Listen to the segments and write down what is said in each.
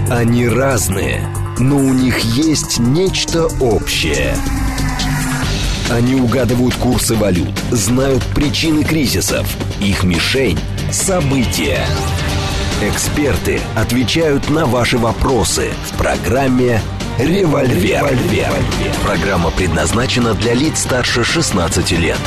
Они разные, но у них есть нечто общее. Они угадывают курсы валют, знают причины кризисов. Их мишень – события. Эксперты отвечают на ваши вопросы в программе «Револьвер». Программа предназначена для лиц старше 16 лет.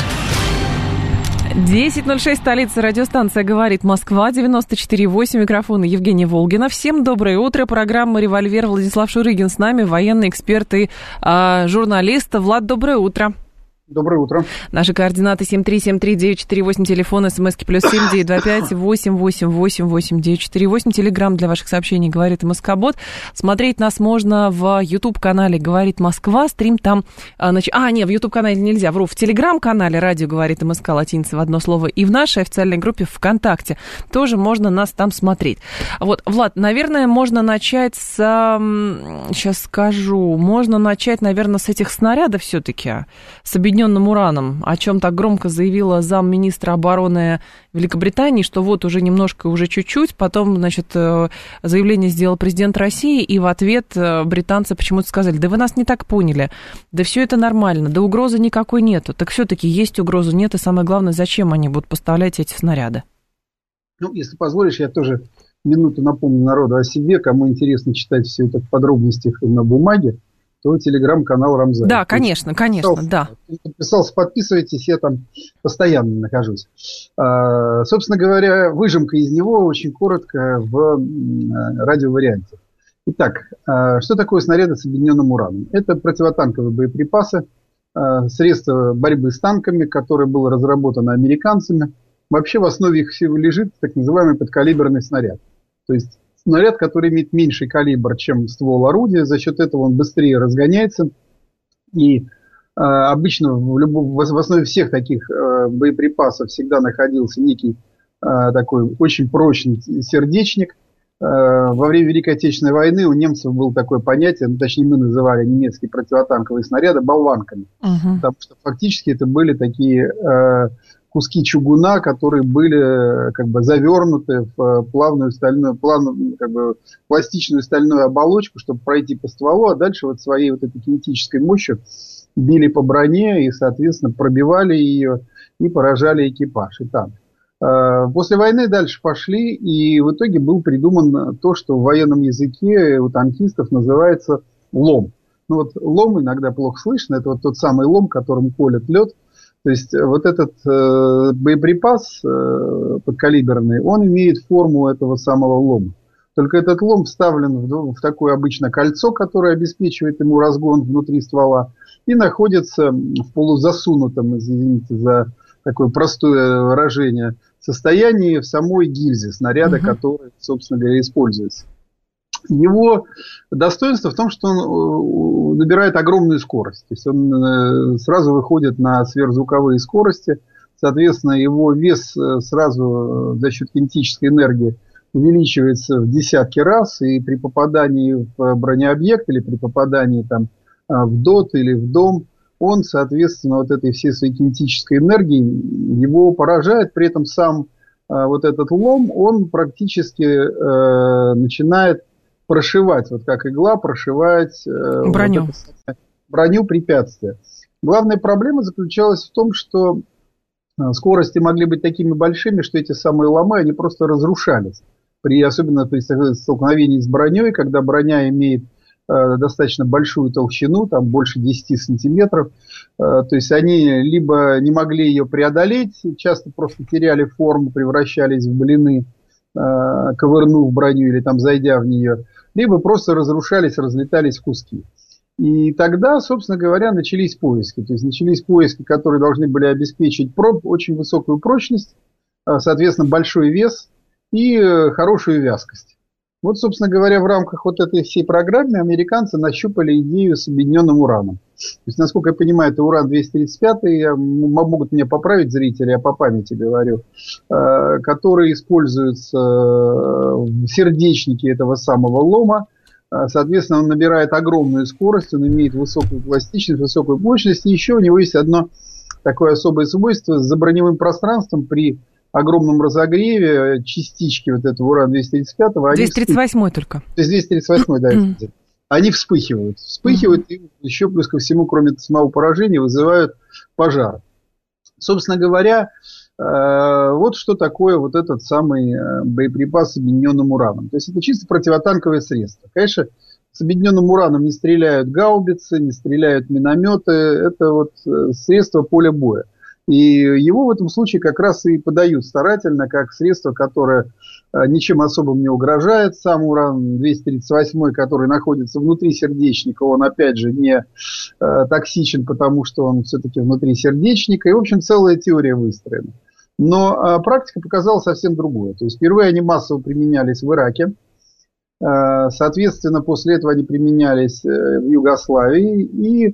10:06, столица, радиостанция «Говорит Москва», 94.8, микрофон Евгения Волгина. Всем доброе утро. Программа «Револьвер», Владислав Шурыгин с нами, военный эксперт и журналист. Влад, доброе утро. Доброе утро. Наши координаты 7373948, телефон, смски +7 925 888 8948, телеграм для ваших сообщений «Говорит Москобот». Смотреть нас можно в YouTube-канале «Говорит Москва», стрим там... в YouTube-канале нельзя, в телеграм-канале «Радио говорит МСК», латиница в одно слово, и в нашей официальной группе ВКонтакте тоже можно нас там смотреть. Вот, Влад, наверное, можно начать с... Сейчас скажу. Можно начать, наверное, с этих снарядов все-таки, с объединенным ураном, о чем так громко заявила замминистра обороны Великобритании, что вот уже немножко, уже чуть-чуть, потом, значит, заявление сделал президент России, и в ответ британцы почему-то сказали: да вы нас не так поняли, да все это нормально, да угрозы никакой нету. Так все-таки есть угроза, нет, и самое главное, зачем они будут поставлять эти снаряды? Ну, если позволишь, я тоже минуту напомню народу о себе, кому интересно читать все это в подробностях на бумаге, то телеграм-канал Рамзай. Да, конечно, да. Подписался, подписывайтесь, я там постоянно нахожусь. Собственно говоря, выжимка из него очень коротко в радиоварианте. Итак, что такое снаряды с объединенным ураном? Это противотанковые боеприпасы, средства борьбы с танками, которое было разработано американцами. Вообще в основе их всего лежит так называемый подкалиберный снаряд. То есть снаряд, который имеет меньший калибр, чем ствол орудия, за счет этого он быстрее разгоняется. И обычно в основе всех таких боеприпасов всегда находился некий такой очень прочный сердечник. Во время Великой Отечественной войны у немцев было такое понятие, точнее мы называли немецкие противотанковые снаряды болванками. Потому что фактически это были такие... куски чугуна, которые были как бы завернуты в плавную стальную, пластичную стальную оболочку, чтобы пройти по стволу, а дальше вот своей вот этой кинетической мощью били по броне и, соответственно, пробивали ее и поражали экипаж и танк. После войны дальше пошли, и в итоге был придуман то, что в военном языке у танкистов называется лом. Ну вот лом иногда плохо слышно, это вот тот самый лом, которым колят лед. То есть вот этот боеприпас подкалиберный, он имеет форму этого самого лома. Только этот лом вставлен в такое обычно кольцо, которое обеспечивает ему разгон внутри ствола, и находится в полузасунутом, извините за такое простое выражение, состоянии в самой гильзе снаряда, который, собственно говоря, используется. Его достоинство в том, что он набирает огромную скорость. То есть он сразу выходит на сверхзвуковые скорости. Соответственно, его вес сразу за счет кинетической энергии увеличивается в десятки раз. И при попадании в бронеобъект или при попадании там, в ДОТ или в дом, он, соответственно, вот этой всей своей кинетической энергией его поражает. При этом сам вот этот лом, он практически начинает прошивать, вот как игла, прошивать броню, броню препятствия. Главная проблема заключалась в том, что скорости могли быть такими большими, что эти самые ломы, они просто разрушались. Особенно при столкновении с броней, когда броня имеет достаточно большую толщину, там больше 10 сантиметров, то есть они либо не могли ее преодолеть, часто просто теряли форму, превращались в блины, ковырнув броню или там зайдя в нее, либо просто разрушались, разлетались в куски. И тогда, собственно говоря, начались поиски. То есть начались поиски, которые должны были обеспечить очень высокую прочность, соответственно, большой вес и хорошую вязкость. Вот, собственно говоря, в рамках вот этой всей программы американцы нащупали идею с объединенным ураном. То есть, насколько я понимаю, это уран-235, могут меня поправить зрители, я по памяти говорю, который используется в сердечнике этого самого лома. Соответственно, он набирает огромную скорость, он имеет высокую пластичность, высокую мощность. И еще у него есть одно такое особое свойство: за броневым пространством при огромном разогреве частички вот этого урана-235. 238 только. То есть 238, да. Они вспыхивают. И еще плюс ко всему, кроме самого поражения, вызывают пожар. Собственно говоря, вот что такое вот этот самый боеприпас с объединенным ураном. То есть это чисто противотанковое средство. Конечно, с объединенным ураном не стреляют гаубицы, не стреляют минометы. Это вот средство поля боя. И его в этом случае как раз и подают старательно, как средство, которое ничем особым не угрожает. Сам уран-238, который находится внутри сердечника, он опять же не токсичен, потому что он все-таки внутри сердечника. И, в общем, целая теория выстроена. Но практика показала совсем другое. То есть впервые они массово применялись в Ираке. Соответственно, после этого они применялись в Югославии, и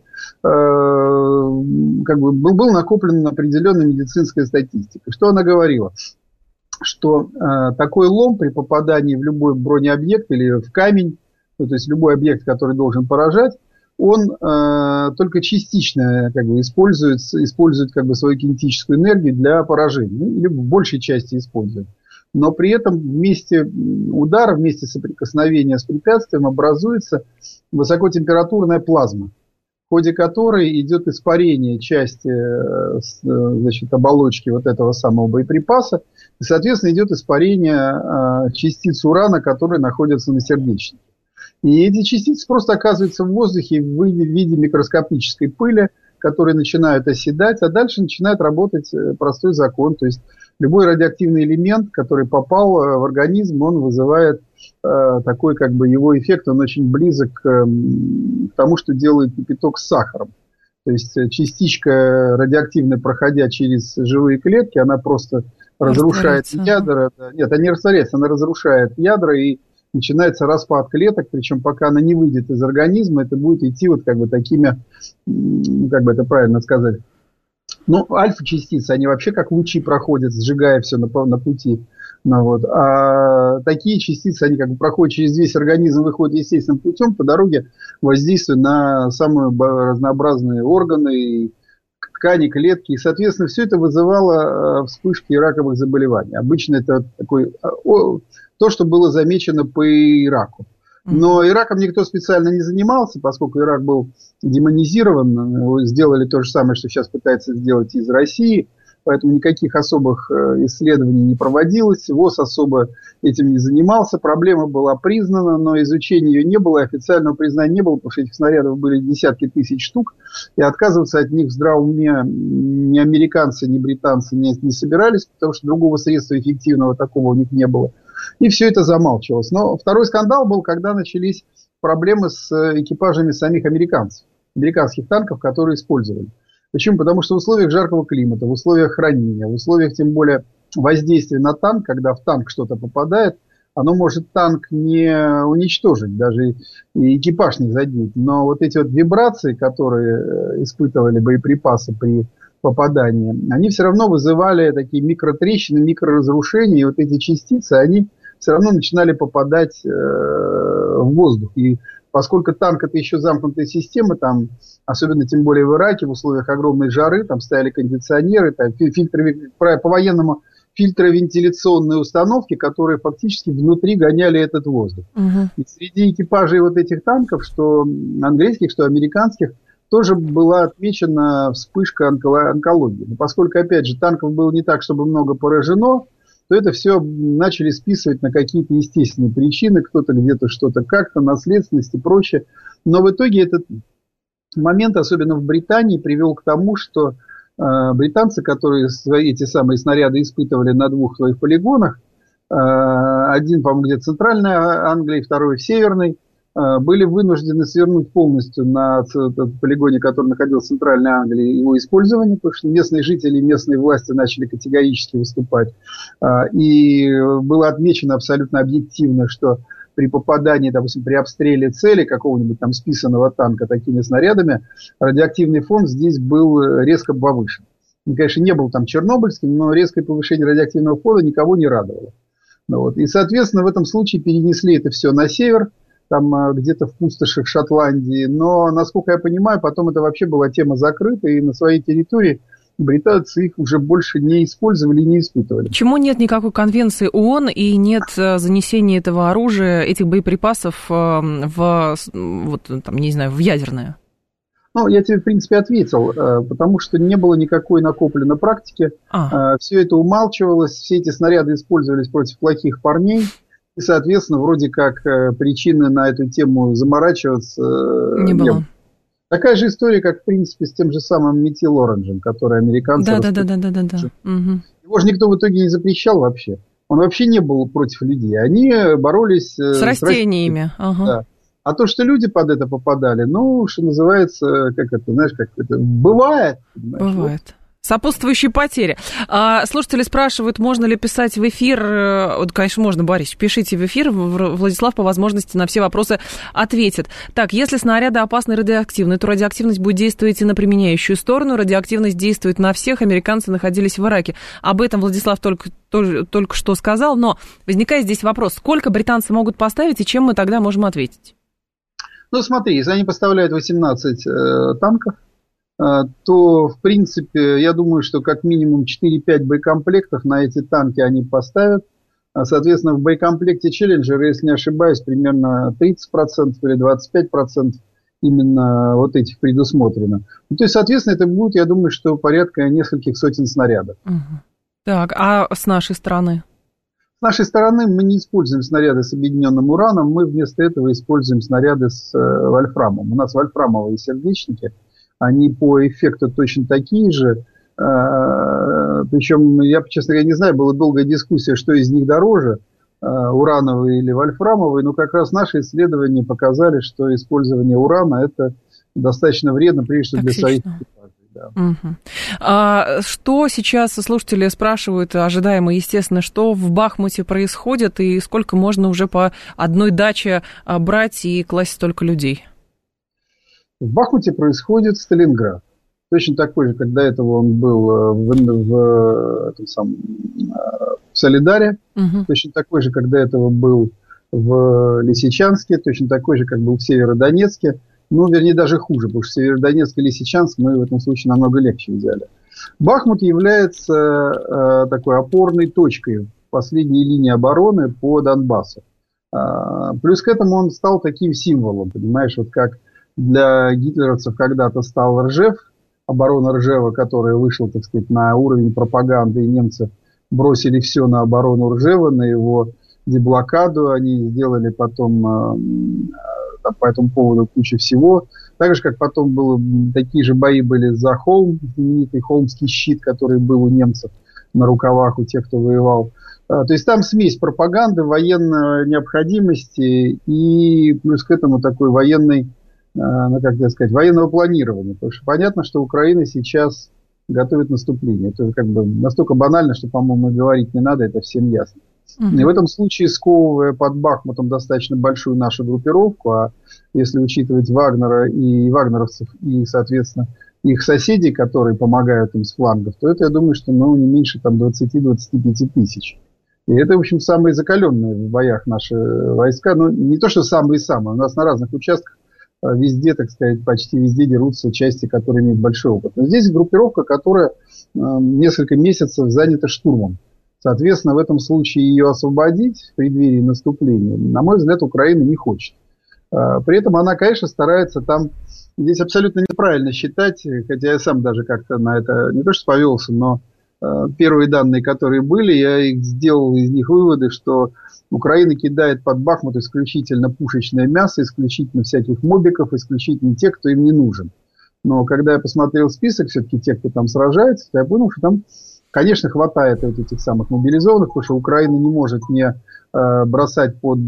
как бы был накоплен определенная медицинская статистика. Что она говорила? Что такой лом при попадании в любой бронеобъект или в камень, то есть любой объект, который должен поражать, он только частично как бы, использует как бы, свою кинетическую энергию для поражения, или в большей части использует. Но при этом вместе удара, вместе соприкосновения с препятствием образуется высокотемпературная плазма, в ходе которой идет испарение части оболочки вот этого самого боеприпаса, и, соответственно, идет испарение частиц урана, которые находятся на сердечнике. И эти частицы просто оказываются в воздухе в виде микроскопической пыли, которые начинают оседать, а дальше начинает работать простой закон, то есть любой радиоактивный элемент, который попал в организм, он вызывает такой, как бы, его эффект, он очень близок к тому, что делает кипяток с сахаром. То есть частичка радиоактивная, проходя через живые клетки, она просто разрушает ядра. Нет, она не растворяется, она разрушает ядра, и начинается распад клеток, причем пока она не выйдет из организма, это будет идти вот как бы такими, как бы это правильно сказать, ну, альфа-частицы, они вообще как лучи проходят, сжигая все на пути. Ну, вот. А такие частицы, они как бы проходят через весь организм, выходят естественным путем по дороге, воздействуя на самые разнообразные органы, ткани, клетки. И, соответственно, все это вызывало вспышки раковых заболеваний. Обычно это такой, то, что было замечено по Ираку. Но Ираком никто специально не занимался, поскольку Ирак был демонизирован. Сделали то же самое, что сейчас пытается сделать из России. Поэтому никаких особых исследований не проводилось. ВОЗ особо этим не занимался. Проблема была признана, но изучения ее не было, официального признания не было, потому что этих снарядов были десятки тысяч штук. И отказываться от них в здравом уме ни американцы, ни британцы не собирались, потому что другого средства эффективного такого у них не было. И все это замалчивалось. Но второй скандал был, когда начались проблемы с экипажами самих американцев, американских танков, которые использовали. Почему? Потому что в условиях жаркого климата, в условиях хранения, в условиях тем более воздействия на танк, когда в танк что-то попадает, оно может танк не уничтожить, даже и экипаж не задеть. Но вот эти вот вибрации, которые испытывали боеприпасы при попадании, они все равно вызывали такие микротрещины, микроразрушения, и вот эти частицы, они все равно начинали попадать в воздух. И поскольку танк это еще замкнутая система, там, особенно тем более в Ираке, в условиях огромной жары, там стояли кондиционеры, там, фильтры, по-военному фильтровентиляционные установки, которые фактически внутри гоняли этот воздух. И среди экипажей вот этих танков, что английских, что американских, тоже была отмечена вспышка онкологии. Но поскольку, опять же, танков было не так, чтобы много поражено, то это все начали списывать на какие-то естественные причины, кто-то где-то что-то как-то, наследственность и прочее. Но в итоге этот момент, особенно в Британии, привел к тому, что британцы, которые эти самые снаряды испытывали на двух своих полигонах, один, по-моему, где-то в центральной Англии, второй в северной, были вынуждены свернуть полностью на полигоне, который находился в центральной Англии, его использование, потому что местные жители, местные власти начали категорически выступать. И было отмечено абсолютно объективно, что при попадании, допустим, при обстреле цели какого-нибудь там списанного танка такими снарядами, радиоактивный фон здесь был резко повышен. Он, конечно, не был там чернобыльским, но резкое повышение радиоактивного фона никого не радовало. Ну, вот. И, соответственно, в этом случае перенесли это все на север, там где-то в пустошах Шотландии. Но, насколько я понимаю, потом это вообще была тема закрыта, и на своей территории британцы их уже больше не использовали и не испытывали. Почему нет никакой конвенции ООН и нет занесения этого оружия, этих боеприпасов в ядерное? Ну, я тебе, в принципе, ответил, потому что не было никакой накопленной практики. Все это умалчивалось, все эти снаряды использовались против плохих парней. И, соответственно, вроде как причины на эту тему заморачиваться не было. Такая же история, как, в принципе, с тем же самым метил-оранжем, который американцы... Да. Угу. Его же никто в итоге не запрещал вообще. Он вообще не был против людей. Они боролись... с растениями. Ага. Да. А то, что люди под это попадали, ну, что называется, как это, знаешь, как это... Бывает. Понимаешь? Бывает. Сопутствующие потери. Слушатели спрашивают, можно ли писать в эфир. Вот, конечно, можно, Борис, пишите в эфир. Владислав по возможности на все вопросы ответит. Так, если снаряды опасны и радиоактивны, то радиоактивность будет действовать и на применяющую сторону. Радиоактивность действует на всех. Американцы находились в Ираке. Об этом Владислав только что сказал. Но возникает здесь вопрос, сколько британцы могут поставить и чем мы тогда можем ответить? Ну, смотри, если они поставляют 18 танков, то, в принципе, я думаю, что как минимум 4-5 боекомплектов на эти танки они поставят. Соответственно, в боекомплекте Челленджер, если не ошибаюсь, примерно 30% или 25% именно вот этих предусмотрено. Ну, то есть, соответственно, это будет, я думаю, что порядка нескольких сотен снарядов. Угу. Так, а с нашей стороны? С нашей стороны мы не используем снаряды с объединенным ураном, мы вместо этого используем снаряды с вольфрамом. У нас вольфрамовые сердечники. Они по эффекту точно такие же. Причем, я, честно говоря, не знаю, была долгая дискуссия, что из них дороже, урановые или вольфрамовые. Но как раз наши исследования показали, что использование урана это достаточно вредно, прежде всего для своих экипажей. Да. Угу. Что сейчас слушатели спрашивают, ожидаемо, естественно, что в Бахмуте происходит и сколько можно уже по одной даче брать и класть столько людей? В Бахмуте происходит Сталинград. Точно такой же, как до этого он был в Солидаре. Угу. Точно такой же, как до этого был в Лисичанске. Точно такой же, как был в Северодонецке. Ну, вернее, даже хуже, потому что Северодонецк и Лисичанск мы в этом случае намного легче взяли. Бахмут является такой опорной точкой последней линии обороны по Донбассу. Плюс к этому он стал таким символом, понимаешь, вот как для гитлеровцев когда-то стал Ржев, оборона Ржева, которая вышла, так сказать, на уровень пропаганды, и немцы бросили все на оборону Ржева, на его деблокаду, они сделали потом по этому поводу кучу всего. Так же, как потом такие же бои были за Холм, знаменитый Холмский щит, который был у немцев на рукавах, у тех, кто воевал. То есть там смесь пропаганды, военной необходимости и плюс к этому такой военной, военного планирования. Потому что понятно, что Украина сейчас готовит наступление. Это как бы настолько банально, что, по-моему, говорить не надо, это всем ясно. И в этом случае, сковывая под Бахмутом достаточно большую нашу группировку, а если учитывать Вагнера и вагнеровцев, и, соответственно, их соседей, которые помогают им с флангов, то это, я думаю, что не меньше 20-25 тысяч. И это, в общем, самые закаленные в боях наши войска. Ну, не то, что самые-самые. У нас на разных участках везде, так сказать, почти везде дерутся части, которые имеют большой опыт. Но здесь группировка, которая несколько месяцев занята штурмом. Соответственно, в этом случае ее освободить в преддверии наступления, на мой взгляд, Украина не хочет. При этом она, конечно, старается там... Здесь абсолютно неправильно считать, хотя я сам даже как-то на это не то что повелся, но первые данные, которые были, я сделал из них выводы, что Украина кидает под Бахмут исключительно пушечное мясо, исключительно всяких мобиков, исключительно тех, кто им не нужен. Но когда я посмотрел список все-таки тех, кто там сражается, то я понял, что там, конечно, хватает вот этих самых мобилизованных, потому что Украина не может не бросать под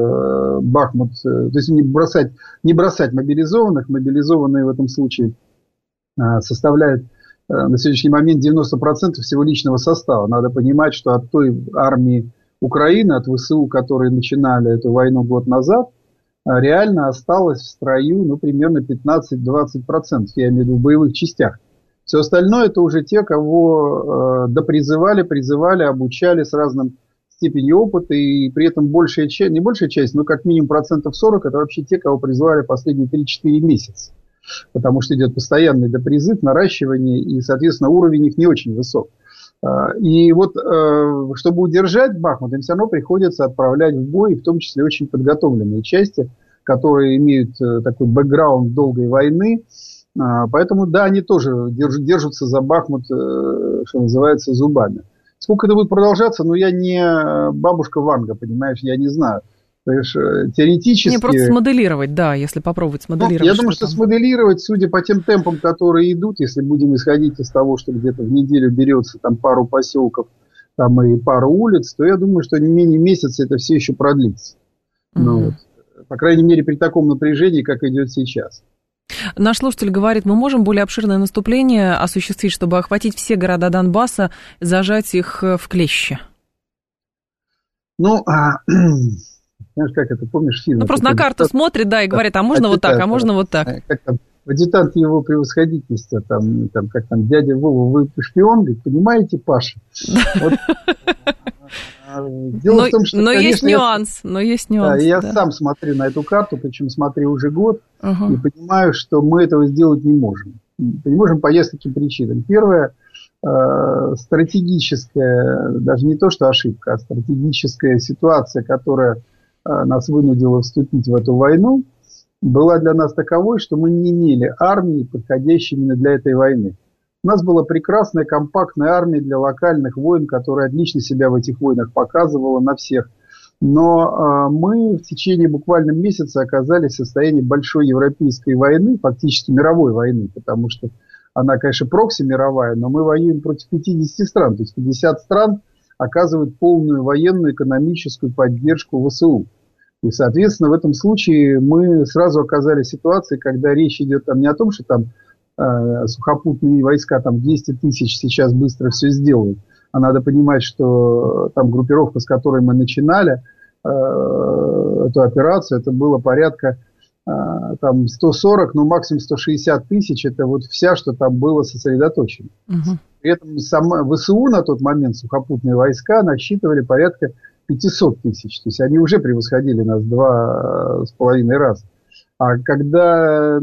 Бахмут, то есть не бросать мобилизованных. Мобилизованные в этом случае составляют на сегодняшний момент 90% всего личного состава. Надо понимать, что от той армии Украины, от ВСУ, которые начинали эту войну год назад, реально осталось в строю примерно 15-20%, я имею в виду в боевых частях. Все остальное это уже те, кого призывали, обучали с разным степенью опыта, и при этом большая часть, не большая часть, но как минимум 40% это вообще те, кого призывали последние 3-4 месяца. потому что идет постоянный допризыв, наращивание, и, соответственно, уровень их не очень высок. И вот, чтобы удержать Бахмут, им все равно приходится отправлять в бой, в том числе очень подготовленные части, которые имеют такой бэкграунд долгой войны. Поэтому, да, они тоже держатся за Бахмут, что называется, зубами. Сколько это будет продолжаться, я не бабушка Ванга, понимаешь, я не знаю. Понимаешь, теоретически... Не, просто смоделировать, да, если попробовать смоделировать. Я думаю, что смоделировать, судя по тем темпам, которые идут, если будем исходить из того, что где-то в неделю берется там пару поселков там, и пару улиц, то я думаю, что не менее месяца это все еще продлится. По крайней мере, при таком напряжении, как идет сейчас. Наш слушатель говорит, мы можем более обширное наступление осуществить, чтобы охватить все города Донбасса, зажать их в клещи? Знаешь, как это, помнишь фильм? Просто на карту смотрит, да, и говорит, а можно вот так, а можно вот так. Как там, адъютант его превосходительства, как там, дядя Вова, вы шпион, говорит, понимаете, Паша? Дело в том, что, но есть нюанс. Да, я сам смотрю на эту карту, причем смотрю уже год, и понимаю, что мы этого сделать не можем. Не можем по нескольким причинам. Первое, стратегическая, даже не то, что ошибка, а стратегическая ситуация, которая нас вынудила вступить в эту войну, была для нас таковой, что мы не имели армии, подходящей именно для этой войны. У нас была прекрасная компактная армия для локальных войн, которая отлично себя в этих войнах показывала на всех. Но мы в течение буквально месяца оказались в состоянии большой европейской войны, фактически мировой войны, потому что она, конечно, прокси мировая, но мы воюем против 50 стран. То есть 50 стран оказывают полную военную, экономическую поддержку ВСУ. И, соответственно, в этом случае мы сразу оказались в ситуации, когда речь идет там не о том, что там сухопутные войска, там 200 тысяч сейчас быстро все сделают. А надо понимать, что там группировка, с которой мы начинали эту операцию, это было порядка там 140, ну максимум 160 тысяч. Это вот вся, что там было сосредоточено. При этом сама ВСУ на тот момент, сухопутные войска, насчитывали порядка 500 тысяч. То есть они уже превосходили нас 2,5 раза. А когда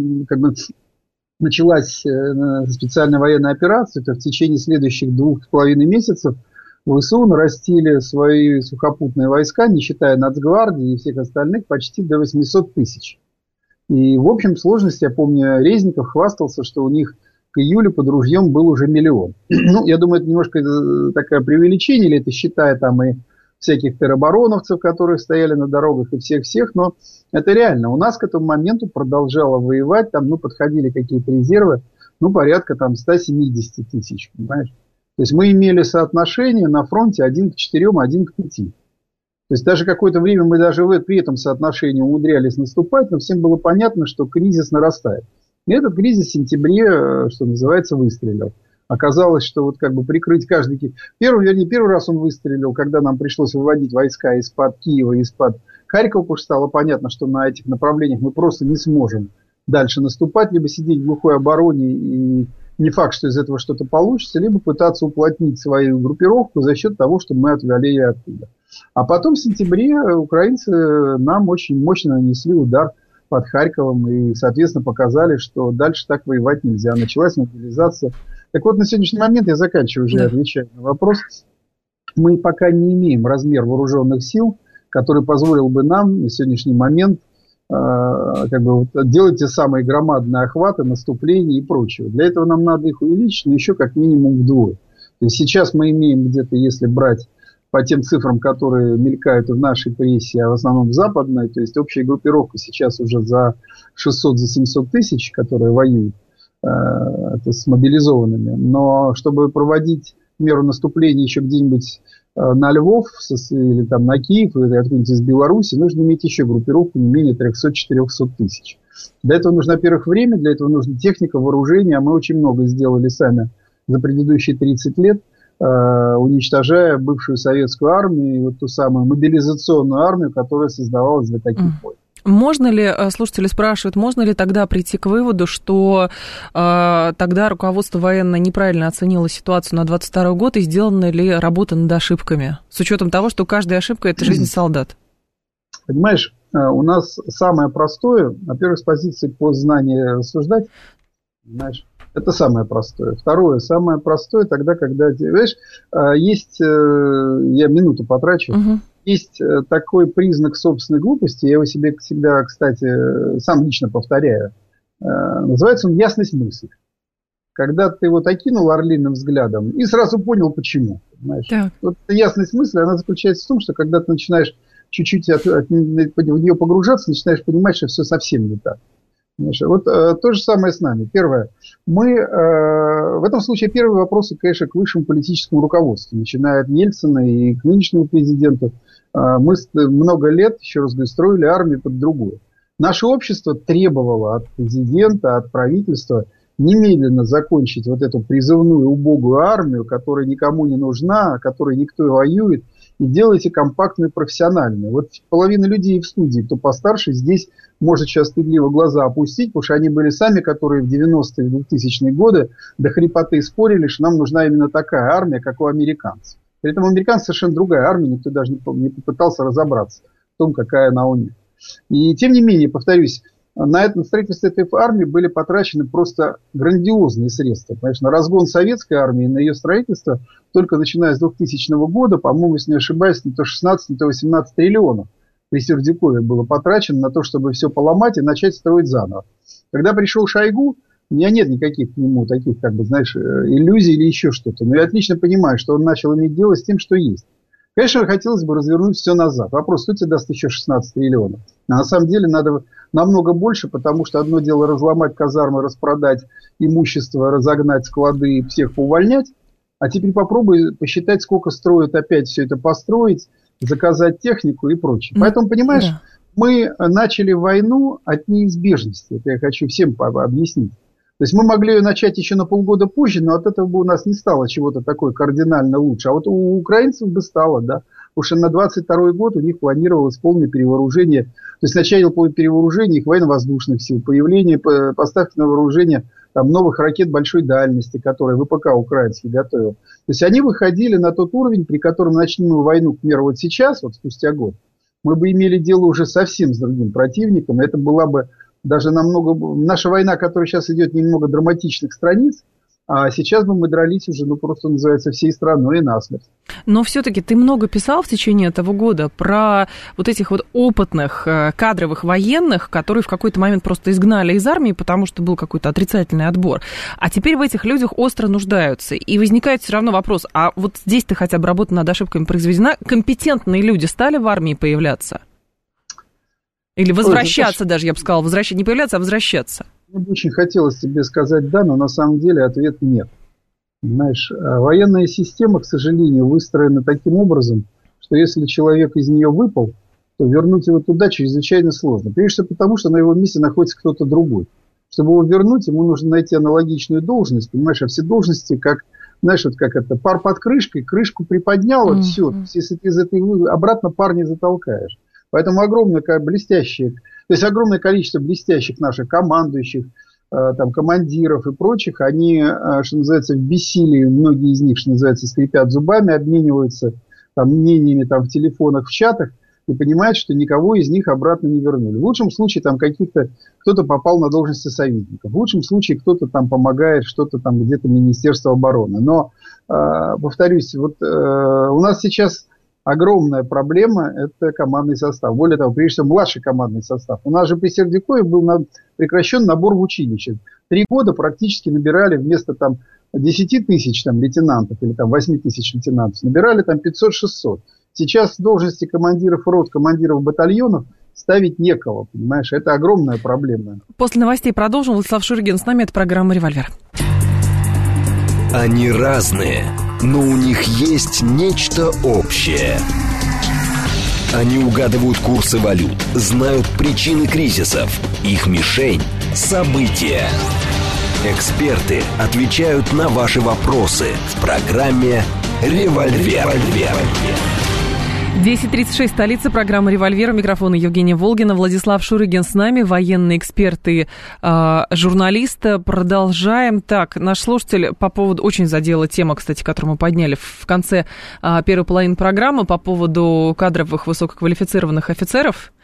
началась специальная военная операция, то в течение следующих 2,5 месяцев ВСУ нарастили свои сухопутные войска, не считая Нацгвардии и всех остальных, почти до 800 тысяч. И в общем сложности, я помню, Резников хвастался, что у них к июлю под ружьем был уже 1 миллион. Ну, я думаю, это немножко такое преувеличение, или это считая там и всяких теробороновцев, которые стояли на дорогах, и всех-всех, но это реально. У нас к этому моменту продолжало воевать, там, подходили какие-то резервы, порядка там 170 тысяч, понимаешь? То есть мы имели соотношение на фронте 1 к 4, 1 к 5. То есть даже какое-то время мы даже при этом соотношении умудрялись наступать, но всем было понятно, что кризис нарастает. И этот кризис в сентябре, что называется, выстрелил. Оказалось, что вот как бы прикрыть каждый... Первый раз он выстрелил, когда нам пришлось выводить войска из-под Киева, из-под Харькова, потому что стало понятно, что на этих направлениях мы просто не сможем дальше наступать, либо сидеть в глухой обороне, и не факт, что из этого что-то получится, либо пытаться уплотнить свою группировку за счет того, что мы отвели ее оттуда. А потом в сентябре украинцы нам очень мощно нанесли удар под Харьковом и, соответственно, показали, что дальше так воевать нельзя. Началась мобилизация. Так вот, на сегодняшний момент, я заканчиваю уже, отвечаю на вопрос, мы пока не имеем размер вооруженных сил, который позволил бы нам на сегодняшний момент делать те самые громадные охваты, наступления и прочего. Для этого нам надо их увеличить, но еще как минимум вдвое. То есть сейчас мы имеем где-то, если брать по тем цифрам, которые мелькают в нашей прессе, а в основном в западной, то есть общая группировка сейчас уже за 600, за 700 тысяч, которые воюют с мобилизованными. Но чтобы проводить меру наступления еще где-нибудь на Львов или там на Киев, или откуда-нибудь из Беларуси, нужно иметь еще группировку не менее 300-400 тысяч. Для этого нужно, во-первых, время, для этого нужна техника, вооружение, а мы очень много сделали сами за предыдущие 30 лет, уничтожая бывшую советскую армию и вот ту самую мобилизационную армию, которая создавалась для таких войн. Можно ли, слушатели спрашивают, можно ли тогда прийти к выводу, что тогда руководство военное неправильно оценило ситуацию на 2022 год и сделана ли работа над ошибками, с учетом того, что каждая ошибка – это жизнь солдат? Понимаешь, у нас самое простое, во-первых, с позиции познания рассуждать, понимаешь, это самое простое. Второе, самое простое тогда, когда, понимаешь, есть, я минуту потрачу, есть такой признак собственной глупости, я его себе всегда, кстати, сам лично повторяю, называется он ясность мысли. Когда ты вот окинул орлиным взглядом и сразу понял, почему. Понимаешь? Вот ясность мысли, она заключается в том, что когда ты начинаешь чуть-чуть в нее погружаться, начинаешь понимать, что все совсем не так. Понимаешь? Вот то же самое с нами. Первое. Мы, в этом случае первые вопросы, конечно, к высшему политическому руководству, начиная от Ельцина и к нынешнему президенту. Мы много лет, еще раз говорю, строили армию под другую. Наше общество требовало от президента, от правительства немедленно закончить вот эту призывную убогую армию, которая никому не нужна, которой никто и воюет, и делайте компактную профессиональную. Вот половина людей в студии, кто постарше, здесь может сейчас стыдливо глаза опустить, потому что они были сами, которые в 90-е и 2000-е годы до хрипоты спорили, что нам нужна именно такая армия, как у американцев. При этом у американцев совершенно другая армия, никто даже не попытался разобраться в том, какая она у них. И тем не менее, повторюсь, на строительство этой армии были потрачены просто грандиозные средства. Конечно, на разгон советской армии, на ее строительство, только начиная с 2000 года, по-моему, если не ошибаюсь, не то 16, не то 18 триллионов при Сердюкове было потрачено на то, чтобы все поломать и начать строить заново. Когда пришел Шойгу, у меня нет никаких к нему таких, как бы, знаешь, иллюзий или еще что-то. Но я отлично понимаю, что он начал иметь дело с тем, что есть. Конечно, хотелось бы развернуть все назад. Вопрос, кто тебе даст еще 16 триллионов? А на самом деле надо намного больше, потому что одно дело разломать казармы, распродать имущество, разогнать склады и всех поувольнять. А теперь попробуй посчитать, сколько стоит опять все это построить, заказать технику и прочее. Поэтому, понимаешь, мы начали войну от неизбежности. Это я хочу всем объяснить. То есть мы могли ее начать еще на полгода позже, но от этого бы у нас не стало чего-то такое кардинально лучше. А вот у украинцев бы стало, да. Потому что на 22 год у них планировалось полное перевооружение. То есть начало перевооружения их военно-воздушных сил, появление, поставки на вооружение там, новых ракет большой дальности, которые ВПК украинский готовил. То есть они выходили на тот уровень, при котором начнем мы войну, к примеру, вот сейчас, вот спустя год, мы бы имели дело уже совсем с другим противником. Это была бы даже намного... Наша война, которая сейчас идет, немного драматичных страниц, а сейчас бы мы дрались уже, просто называется, всей страной и насмерть. Но все-таки ты много писал в течение этого года про вот этих вот опытных кадровых военных, которые в какой-то момент просто изгнали из армии, потому что был какой-то отрицательный отбор. А теперь в этих людях остро нуждаются. И возникает все равно вопрос, а вот здесь-то хотя бы работа над ошибками произведена, компетентные люди стали в армии появляться? Или возвращаться даже, я бы сказала, не появляться, а возвращаться. Мне бы очень хотелось тебе сказать да, но на самом деле ответ нет. Понимаешь, военная система, к сожалению, выстроена таким образом, что если человек из нее выпал, то вернуть его туда чрезвычайно сложно. Прежде всего потому, что на его месте находится кто-то другой. Чтобы его вернуть, ему нужно найти аналогичную должность, понимаешь, а все должности, как, знаешь, вот как это, пар под крышкой, крышку приподнял, все. Если ты из этой обратно пар не затолкаешь. Поэтому огромное количество блестящих наших командующих, там, командиров и прочих, они, что называется, в бессилии, многие из них, что называется, скрипят зубами, обмениваются там, мнениями там, в телефонах, в чатах и понимают, что никого из них обратно не вернули. В лучшем случае там кто-то попал на должности советников, в лучшем случае кто-то там помогает, что-то там где-то Министерство обороны. Но, повторюсь, вот у нас сейчас огромная проблема – это командный состав. Более того, прежде всего, младший командный состав. У нас же при Сердюкове был прекращен набор в училище. 3 года практически набирали вместо там, 10 тысяч там, лейтенантов или там, 8 тысяч лейтенантов, набирали там 500-600. Сейчас должности командиров рот, командиров батальонов ставить некого, понимаешь? Это огромная проблема. После новостей продолжим. Владислав Шурыгин с нами. Это программа «Револьвер». Они разные, но у них есть нечто общее. Они угадывают курсы валют, знают причины кризисов. Их мишень – события. Эксперты отвечают на ваши вопросы в программе «Револьвер». 10:36, столица, программа «Револьвер». У микрофона Евгения Волгина. Владислав Шурыгин с нами, военный эксперт и журналист. Продолжаем. Так, наш слушатель по поводу... Очень задела тема, кстати, которую мы подняли в конце первой половины программы по поводу кадровых высококвалифицированных офицеров.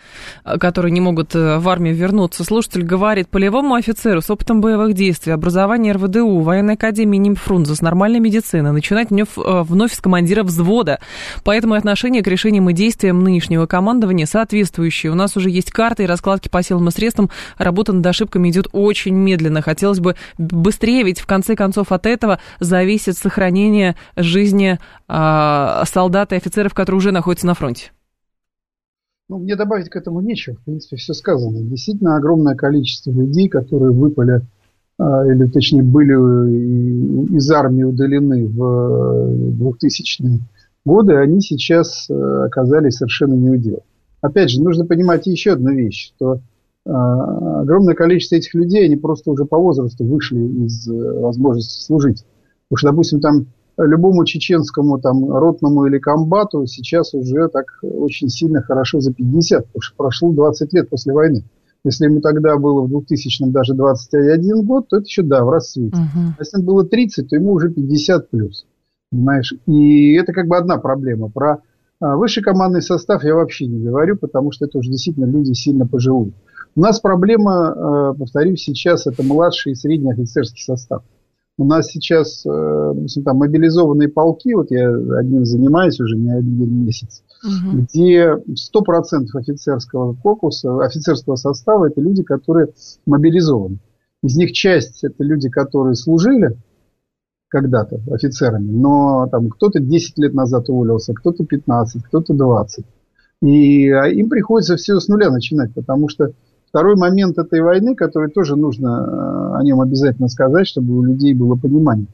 которые не могут в армию вернуться. Слушатель говорит: полевому офицеру с опытом боевых действий, образование РВДУ, военной академии имени Фрунзе, с нормальной медицины, начинать вновь с командира взвода. Поэтому отношение к решениям и действиям нынешнего командования соответствующие. У нас уже есть карты и раскладки по силам и средствам. Работа над ошибками идет очень медленно. Хотелось бы быстрее, ведь в конце концов от этого зависит сохранение жизни солдат и офицеров, которые уже находятся на фронте. Ну, мне добавить к этому нечего. В принципе, все сказано. Действительно, огромное количество людей, которые выпали, или точнее были из армии удалены в 2000-е годы, они сейчас оказались совершенно не у дела. Опять же, нужно понимать еще одну вещь, что огромное количество этих людей, они просто уже по возрасту вышли из возможности служить. Потому что, допустим, там любому чеченскому там, ротному или комбату сейчас уже так очень сильно хорошо за 50, потому что прошло 20 лет после войны. Если ему тогда было в 2000-м даже 21 год, то это еще, да, в расцвете. А если ему было 30, то ему уже 50 плюс. Понимаешь? И это как бы одна проблема. Про высший командный состав я вообще не говорю, потому что это уже действительно люди сильно пожилые. У нас проблема, повторюсь, сейчас это младший и средний офицерский состав. У нас сейчас там, мобилизованные полки, вот я одним занимаюсь уже не один месяц, где 100% офицерского корпуса, офицерского состава это люди, которые мобилизованы. Из них часть это люди, которые служили когда-то офицерами, но там кто-то 10 лет назад уволился, кто-то 15, кто-то 20. И им приходится все с нуля начинать, потому что второй момент этой войны, который тоже нужно о нем обязательно сказать, чтобы у людей было понимание.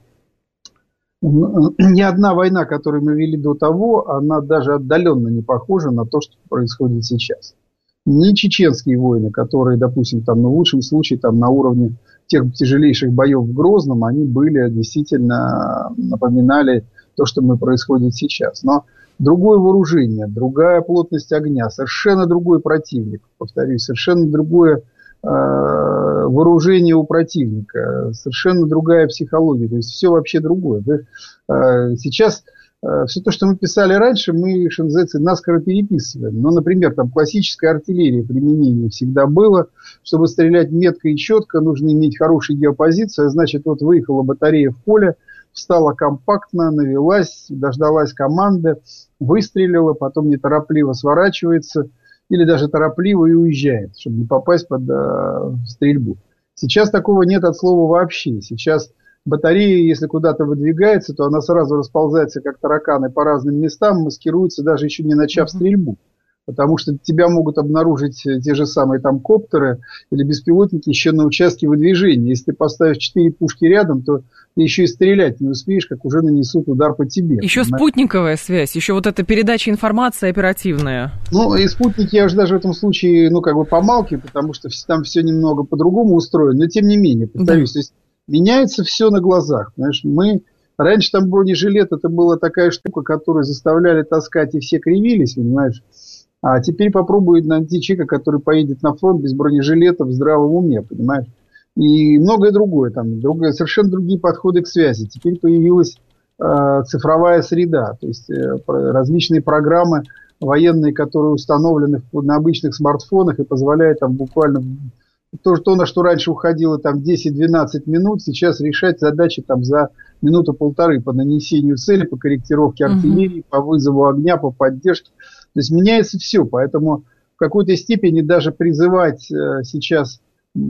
Ни одна война, которую мы вели до того, она даже отдаленно не похожа на то, что происходит сейчас. Ни чеченские войны, которые, допустим, там, в лучшем случае там, на уровне тех тяжелейших боев в Грозном, они были действительно напоминали то, что происходит сейчас. Но другое вооружение, другая плотность огня, совершенно другой противник, повторюсь, совершенно другое вооружение у противника, совершенно другая психология, то есть все вообще другое. Сейчас все то, что мы писали раньше, мы, шензецы, наскоро переписываем. Но, например, там классическая артиллерия применение всегда было. Чтобы стрелять метко и четко, нужно иметь хорошую геопозицию. Значит, вот выехала батарея в поле, встала компактно, навелась, дождалась команды, выстрелила, потом неторопливо сворачивается или даже торопливо и уезжает, чтобы не попасть под стрельбу. Сейчас такого нет от слова вообще. Сейчас батарея, если куда-то выдвигается, то она сразу расползается, как тараканы, по разным местам, маскируется, даже еще не начав стрельбу. Потому что тебя могут обнаружить те же самые там коптеры или беспилотники еще на участке выдвижения. Если ты поставишь 4 пушки рядом, то ты еще и стрелять не успеешь, как уже нанесут удар по тебе. Еще понимаешь? Спутниковая связь, еще вот эта передача информации оперативная. Ну, и спутники я уже даже в этом случае, помалкиваю, потому что там все немного по-другому устроено. Но тем не менее, повторюсь, то есть меняется все на глазах. Понимаешь? Раньше там бронежилет, это была такая штука, которую заставляли таскать, и все кривились, понимаешь? А теперь попробует найти человека, который поедет на фронт без бронежилета в здравом уме, понимаешь? И многое другое, совершенно другие подходы к связи. Теперь появилась цифровая среда, то есть различные программы военные, которые установлены на обычных смартфонах и позволяют там буквально то, на что раньше уходило там 10-12 минут, сейчас решать задачи там за минуту-полторы по нанесению цели, по корректировке артиллерии, по вызову огня, по поддержке. То есть меняется все, поэтому в какой-то степени даже призывать сейчас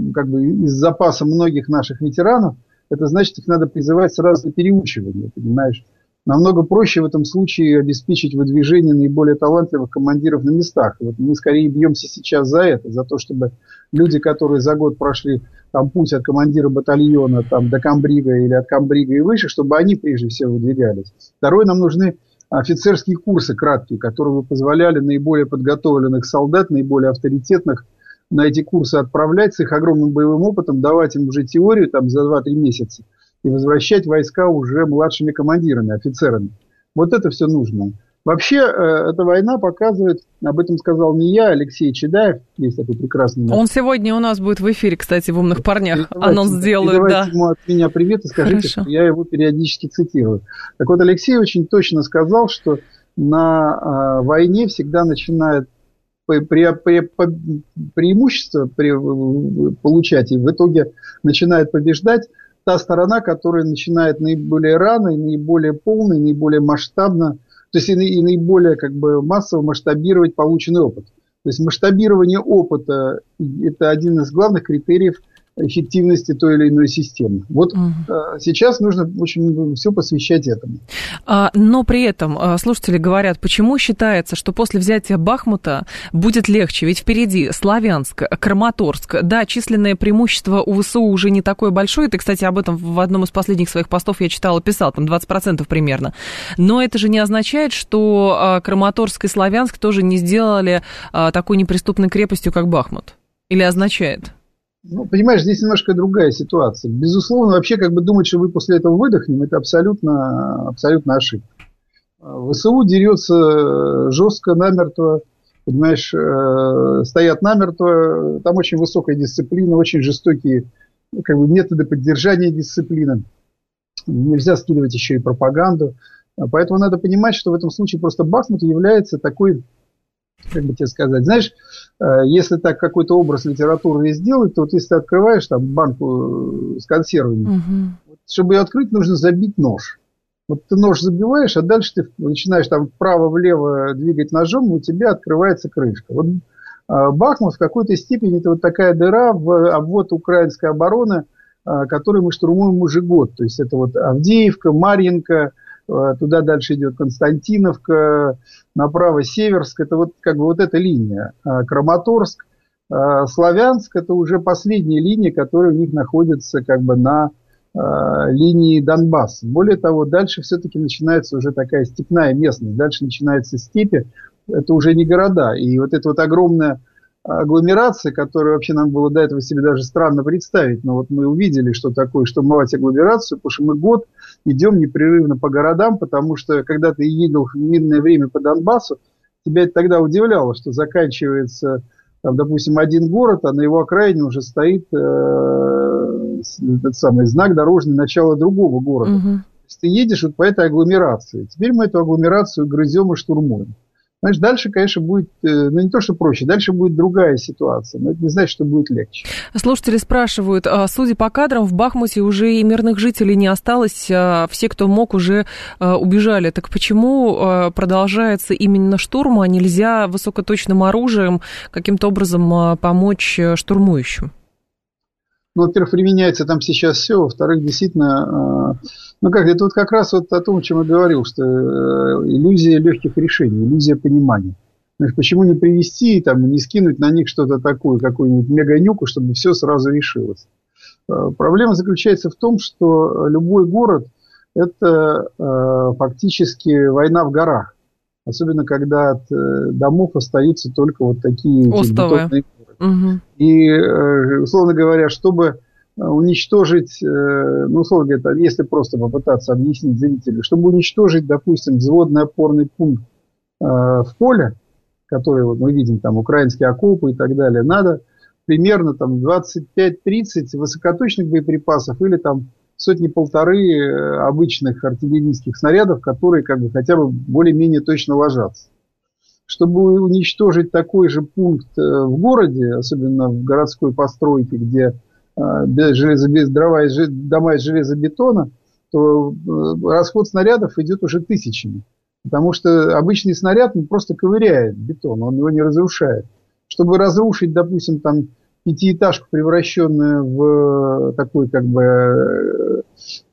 из запаса многих наших ветеранов, это значит, их надо призывать сразу на переучивание, понимаешь? Намного проще в этом случае обеспечить выдвижение наиболее талантливых командиров на местах. И вот мы скорее бьемся сейчас за это, за то, чтобы люди, которые за год прошли там, путь от командира батальона там, до комбрига или от комбрига и выше, чтобы они прежде всего выдвигались. Второе, нам нужны офицерские курсы краткие, которые бы позволяли наиболее подготовленных солдат, наиболее авторитетных на эти курсы отправлять с их огромным боевым опытом, давать им уже теорию там, за 2-3 месяца и возвращать войска уже младшими командирами, офицерами. Вот это все нужно. Вообще, эта война показывает, об этом сказал не я, Алексей Чедаев, есть такой прекрасный... Он сегодня у нас будет в эфире, кстати, в «Умных парнях». Анонс сделает, да. Передавайте ему от меня привет и скажите, что я его периодически цитирую. Так вот, Алексей очень точно сказал, что на войне всегда начинает преимущество получать, и в итоге начинает побеждать та сторона, которая начинает наиболее рано, и наиболее полно, и наиболее масштабно, то есть и наиболее как бы массово масштабировать полученный опыт. То есть масштабирование опыта – это один из главных критериев эффективности той или иной системы. Вот сейчас нужно очень все посвящать этому. Но при этом слушатели говорят, почему считается, что после взятия Бахмута будет легче? Ведь впереди Славянск, Краматорск. Да, численное преимущество у ВСУ уже не такое большое. Ты, кстати, об этом в одном из последних своих постов я читала, писал, там 20% примерно. Но это же не означает, что Краматорск и Славянск тоже не сделали такой неприступной крепостью, как Бахмут. Или означает? Ну, понимаешь, здесь немножко другая ситуация. Безусловно, вообще как бы думать, что вы после этого выдохнем, это абсолютно ошибка. ВСУ дерется жестко, намертво, понимаешь, стоят намертво, там очень высокая дисциплина, очень жестокие как бы методы поддержания дисциплины. Нельзя скидывать еще и пропаганду. Поэтому надо понимать, что в этом случае просто Бахмут является такой, как бы тебе сказать, знаешь, если так какой-то образ литературы сделать, то вот если ты открываешь там банку с консервами, чтобы ее открыть, нужно забить нож. Вот ты нож забиваешь, а дальше ты начинаешь там вправо-влево двигать ножом, и у тебя открывается крышка. Вот Бахмут в какой-то степени это вот такая дыра в обвод украинской обороны, которую мы штурмуем уже год. То есть это вот Авдеевка, Марьинка, туда дальше идет Константиновка, направо Северск, это вот как бы вот эта линия. Краматорск, Славянск, это уже последняя линия, которая у них находится как бы на линии Донбасса. Более того, дальше все-таки начинается уже такая степная местность, дальше начинаются степи, это уже не города. И вот эта вот огромная агломерация, которую вообще нам было до этого себе даже странно представить, но вот мы увидели, что такое штурмовать агломерацию, потому что мы год идем непрерывно по городам, потому что когда ты едешь в мирное время по Донбассу, тебя это тогда удивляло, что заканчивается, там, допустим, один город, а на его окраине уже стоит этот самый знак дорожный начала другого города. То есть ты едешь вот по этой агломерации. Теперь мы эту агломерацию грызем и штурмуем. Знаешь, дальше, конечно, будет, ну не то, что проще, дальше будет другая ситуация, но это не значит, что будет легче. Слушатели спрашивают, судя по кадрам, в Бахмуте уже и мирных жителей не осталось, все, кто мог, уже убежали. Так почему продолжается именно штурм, а нельзя высокоточным оружием каким-то образом помочь штурмующим? Ну, во-первых, применяется там сейчас все, во-вторых, действительно, ну как, это вот как раз вот о том, о чем я говорил, что иллюзия легких решений, иллюзия понимания. Значит, почему не привести, там, не скинуть на них что-то такое, какую-нибудь меганюку, чтобы все сразу решилось. Проблема заключается в том, что любой город – это фактически война в горах. Особенно, когда от домов остаются только вот такие бетонные горы. И, условно говоря, чтобы уничтожить, ну, условно говоря, если просто попытаться объяснить зрителю, чтобы уничтожить, допустим, взводный опорный пункт в поле, который вот мы видим, там, украинские окопы и так далее, надо примерно там 25-30 высокоточных боеприпасов или там сотни-полторы обычных артиллерийских снарядов, которые как бы хотя бы более-менее точно ложатся. Чтобы уничтожить такой же пункт в городе, особенно в городской постройке, где дома из железобетона, то расход снарядов идет уже тысячами. Потому что обычный снаряд просто ковыряет бетон, он его не разрушает. Чтобы разрушить, допустим, там пятиэтажку, превращенную в такой как бы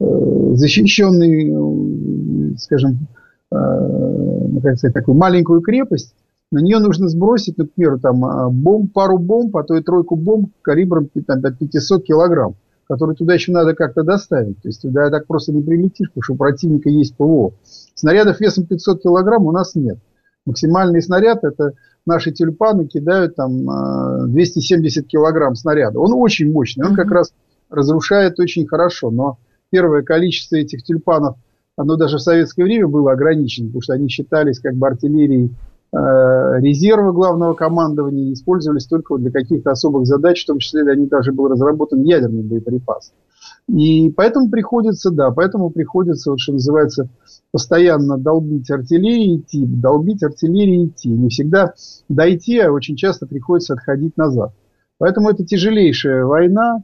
защищенный, скажем, как сказать, такую маленькую крепость, на нее нужно сбросить, например, там, пару бомб, а то и тройку бомб калибром там, от 500 килограмм, которые туда еще надо как-то доставить. То есть туда так просто не прилетишь, потому что у противника есть ПВО. Снарядов весом 500 килограмм у нас нет. Максимальный снаряд — это наши тюльпаны кидают там 270 килограмм снаряда. Он очень мощный, он как раз разрушает очень хорошо. Но первое количество этих тюльпанов, оно даже в советское время было ограничено, потому что они считались как бы артиллерией резерва главного командования и использовались только для каких-то особых задач, в том числе они даже был разработан ядерный боеприпас. И поэтому приходится, вот, что называется, постоянно долбить артиллерии идти. Не всегда дойти, а очень часто приходится отходить назад. Поэтому это тяжелейшая война.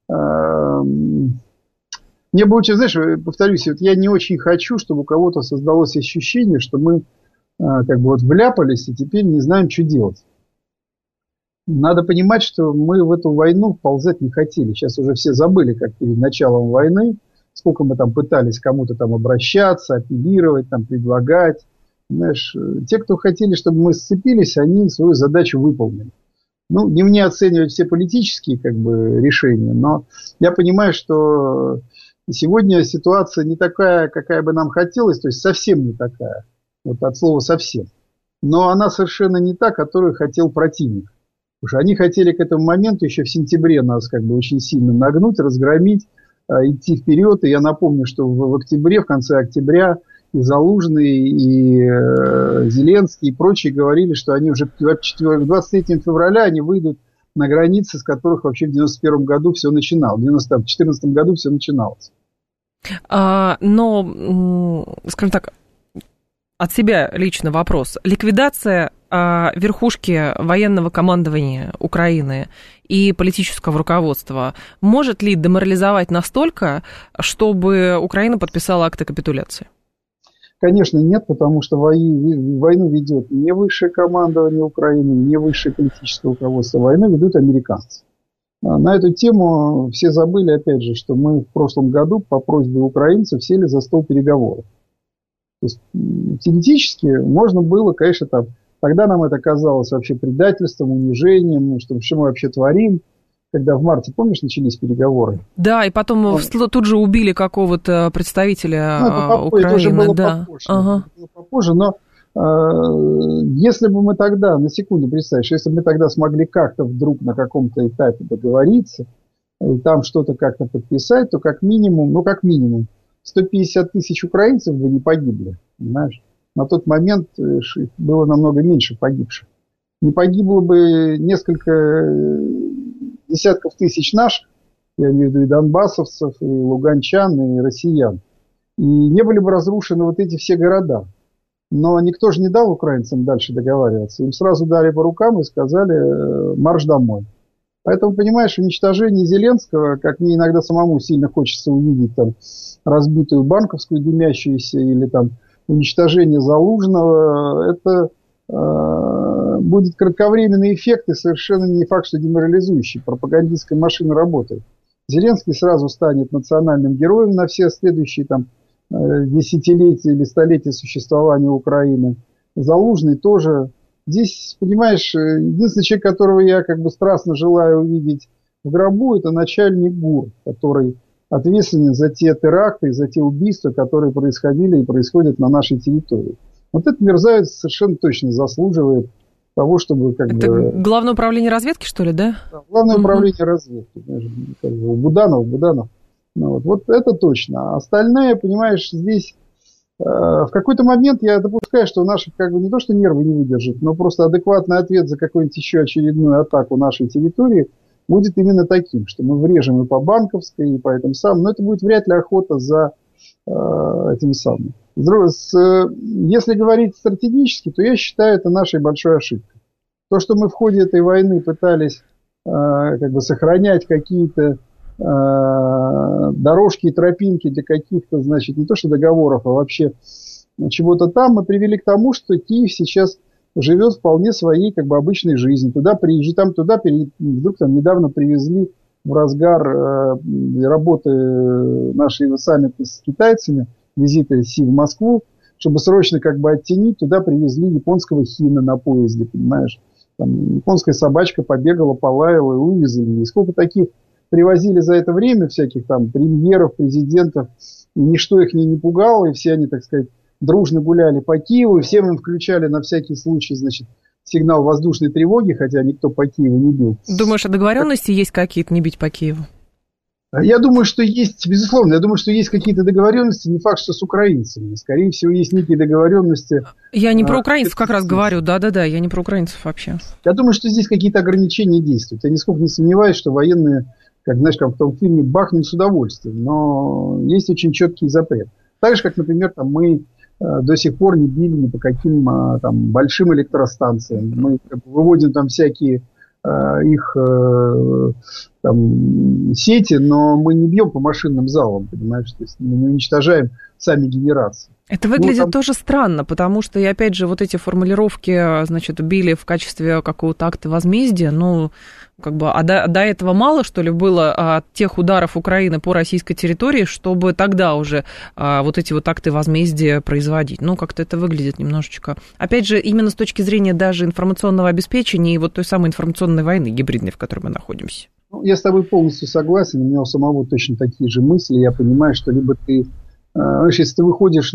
Мне бы очень, знаешь, повторюсь, вот я не очень хочу, чтобы у кого-то создалось ощущение, что мы как бы вот вляпались и теперь не знаем, что делать. Надо понимать, что мы в эту войну ползать не хотели. Сейчас уже все забыли, как перед началом войны, сколько мы там пытались кому-то там обращаться, апеллировать, там предлагать. Знаешь, те, кто хотели, чтобы мы сцепились, они свою задачу выполнили. Ну, не мне оценивать все политические как бы решения, но я понимаю, что сегодня ситуация не такая, какая бы нам хотелось, то есть совсем не такая, вот от слова совсем. Но она совершенно не та, которую хотел противник. Потому что они хотели к этому моменту еще в сентябре нас как бы очень сильно нагнуть, разгромить, идти вперед. И я напомню, что в октябре, в конце октября и Залужный, и Зеленский, и прочие говорили, что они уже 23 февраля они выйдут на границы, с которых вообще в 91 году все начиналось, в 2014 году все начиналось. Но, скажем так, от себя лично вопрос. Ликвидация верхушки военного командования Украины и политического руководства может ли деморализовать настолько, чтобы Украина подписала акты капитуляции? Конечно, нет, потому что войну ведет не высшее командование Украины, не высшее политическое руководство. Войну ведут американцы. На эту тему все забыли, опять же, что мы в прошлом году по просьбе украинцев сели за стол переговоров. То есть, теоретически можно было, конечно, там, тогда нам это казалось вообще предательством, унижением, что мы вообще творим. Когда в марте, помнишь, начались переговоры? Да, и потом тут же убили какого-то представителя Украины. Это уже было попозже. Ага. Это было попозже, но если бы мы тогда, на секунду представишь, если бы мы тогда смогли как-то вдруг на каком-то этапе договориться, и там что-то как-то подписать, то как минимум 150 тысяч украинцев бы не погибли, понимаешь? На тот момент было намного меньше погибших. Не погибло бы несколько десятков тысяч наших, я имею в виду и донбассовцев, и луганчан, и россиян. И не были бы разрушены вот эти все города. Но никто же не дал украинцам дальше договариваться. Им сразу дали по рукам и сказали марш домой. Поэтому, понимаешь, уничтожение Зеленского, как мне иногда самому сильно хочется увидеть там разбитую банковскую дымящуюся или там уничтожение Залужного, это будет кратковременный эффект и совершенно не факт, что деморализующий. Пропагандистская машина работает. Зеленский сразу станет национальным героем на все следующие там десятилетия или столетия существования Украины. Залужный тоже. Здесь, понимаешь, единственный человек, которого я как бы страстно желаю увидеть в гробу, это начальник ГУР, который ответственен за те теракты, за те убийства, которые происходили и происходят на нашей территории. Вот этот мерзавец совершенно точно заслуживает того, чтобы это Главное управление разведки, что ли, да? Главное управление разведки. Буданов. Ну, вот это точно. А остальное, понимаешь, здесь в какой-то момент я допускаю, что наши как бы не то, что нервы не выдержат, но просто адекватный ответ за какую-нибудь еще очередную атаку нашей территории будет именно таким, что мы врежем и по Банковской, и по этим самым. Но это будет вряд ли охота за этим самым. Если говорить стратегически, то я считаю это нашей большой ошибкой. То, что мы в ходе этой войны пытались как бы сохранять какие-то дорожки и тропинки для каких-то, значит, не то что договоров, а вообще чего-то там, мы привели к тому, что Киев сейчас живет вполне своей как бы обычной жизнью. Вдруг там недавно привезли в разгар работы нашей саммита с китайцами, визита Си в Москву, чтобы срочно как бы оттенить, туда привезли японского хина на поезде, понимаешь. Там японская собачка побегала, полаяла и увезли. И сколько таких привозили за это время всяких там премьеров, президентов, и ничто их не пугало, и все они, так сказать, дружно гуляли по Киеву, и всем им включали на всякий случай, значит, сигнал воздушной тревоги, хотя никто по Киеву не бил. Думаешь, а договоренности есть какие-то не бить по Киеву? Я думаю, что есть, безусловно, я думаю, что есть какие-то договоренности, не факт, что с украинцами. Скорее всего, есть некие договоренности. Я не про украинцев как раз говорю, да-да-да, я не про украинцев вообще. Я думаю, что здесь какие-то ограничения действуют. Я нисколько не сомневаюсь, что военные как, знаешь, как в том фильме, бахнем с удовольствием, но есть очень четкий запрет. Так же, как, например, там, мы до сих пор не били ни по каким там, большим электростанциям. Мы как бы выводим там всякие их там, сети, но мы не бьем по машинным залам, понимаешь, то есть мы не уничтожаем сами генерации. Это выглядит тоже странно, потому что, и опять же, вот эти формулировки, значит, убили в качестве какого-то акта возмездия, ну, как бы, до этого мало, что ли, было тех ударов Украины по российской территории, чтобы тогда уже вот эти вот акты возмездия производить. Ну, как-то это выглядит немножечко. Опять же, именно с точки зрения даже информационного обеспечения и вот той самой информационной войны гибридной, в которой мы находимся. Ну, я с тобой полностью согласен, у меня у самого точно такие же мысли. Я понимаю, что либо ты... Если ты выходишь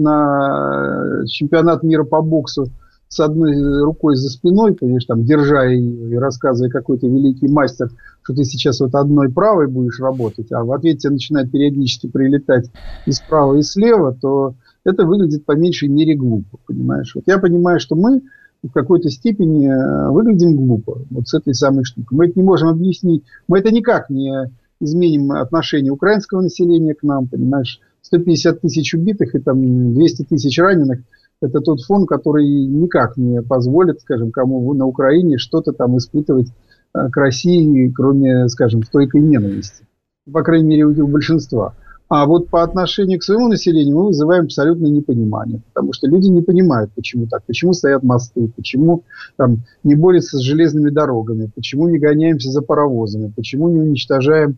на чемпионат мира по боксу с одной рукой за спиной, конечно, там, держа и рассказывая, какой ты великий мастер, что ты сейчас вот одной правой будешь работать, а в ответ тебе начинает периодически прилетать и справа, и слева, то это выглядит по меньшей мере глупо, понимаешь? Вот я понимаю, что мы в какой-то степени выглядим глупо вот с этой самой штукой. Мы это не можем объяснить, мы это никак не изменим отношение украинского населения к нам, понимаешь? 150 тысяч убитых и там 200 тысяч раненых – это тот фон, который никак не позволит, скажем, кому на Украине что-то там испытывать к России, кроме, скажем, стойкой ненависти. По крайней мере, у большинства. А вот по отношению к своему населению мы вызываем абсолютное непонимание. Потому что люди не понимают, почему так. Почему стоят мосты, почему там, не борются с железными дорогами, почему не гоняемся за паровозами, почему не уничтожаем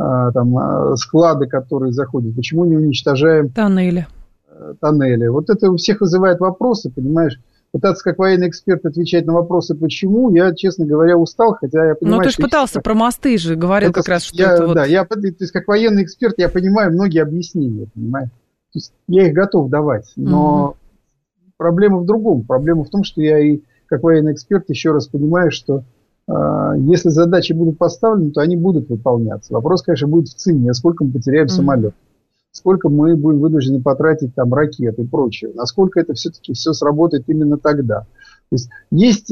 там, склады, которые заходят, почему не уничтожаем тоннели. Вот это у всех вызывает вопросы, понимаешь. Пытаться как военный эксперт отвечать на вопросы почему, я, честно говоря, устал, хотя я понимаю... Ну, ты же пытался про мосты же, говорил это, как раз, что я, это вот... Да, то есть как военный эксперт я понимаю многие объяснения, понимаешь. То есть я их готов давать, но проблема в другом. Проблема в том, что я и как военный эксперт еще раз понимаю, что если задачи будут поставлены, то они будут выполняться. Вопрос, конечно, будет в цене, сколько мы потеряем самолет, сколько мы будем вынуждены потратить там ракет и прочее, насколько это все-таки все сработает именно тогда. То есть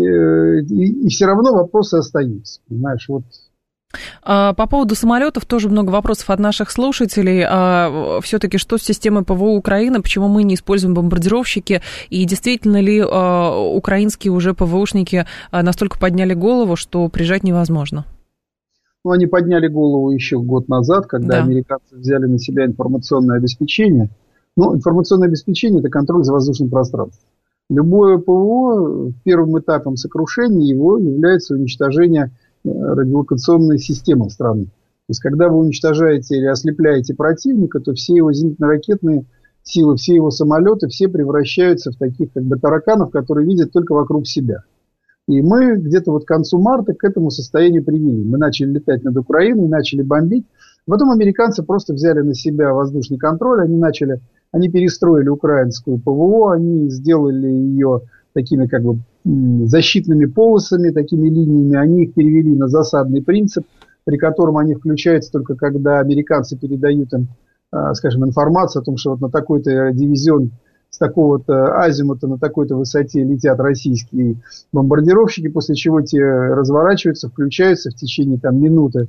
и все равно вопросы остаются, понимаешь, вот. По поводу самолетов тоже много вопросов от наших слушателей. Все-таки что с системой ПВО Украины, почему мы не используем бомбардировщики, и действительно ли украинские уже ПВОшники настолько подняли голову, что прижать невозможно? Ну, они подняли голову еще год назад, когда американцы взяли на себя информационное обеспечение. Ну, информационное обеспечение – это контроль за воздушным пространством. Любое ПВО первым этапом сокрушения его является уничтожение радиолокационной системы страны. То есть, когда вы уничтожаете или ослепляете противника, то все его зенитно-ракетные силы, все его самолеты, все превращаются в таких как бы тараканов, которые видят только вокруг себя. И мы где-то вот к концу марта к этому состоянию привели. Мы начали летать над Украиной, начали бомбить. Потом американцы просто взяли на себя воздушный контроль, они перестроили украинскую ПВО, они сделали ее такими как бы защитными полосами, такими линиями, они их перевели на засадный принцип, при котором они включаются только когда американцы передают им, скажем, информацию о том, что вот на такой-то дивизион с такого-то азимута на такой-то высоте летят российские бомбардировщики, после чего те разворачиваются, включаются в течение там, минуты,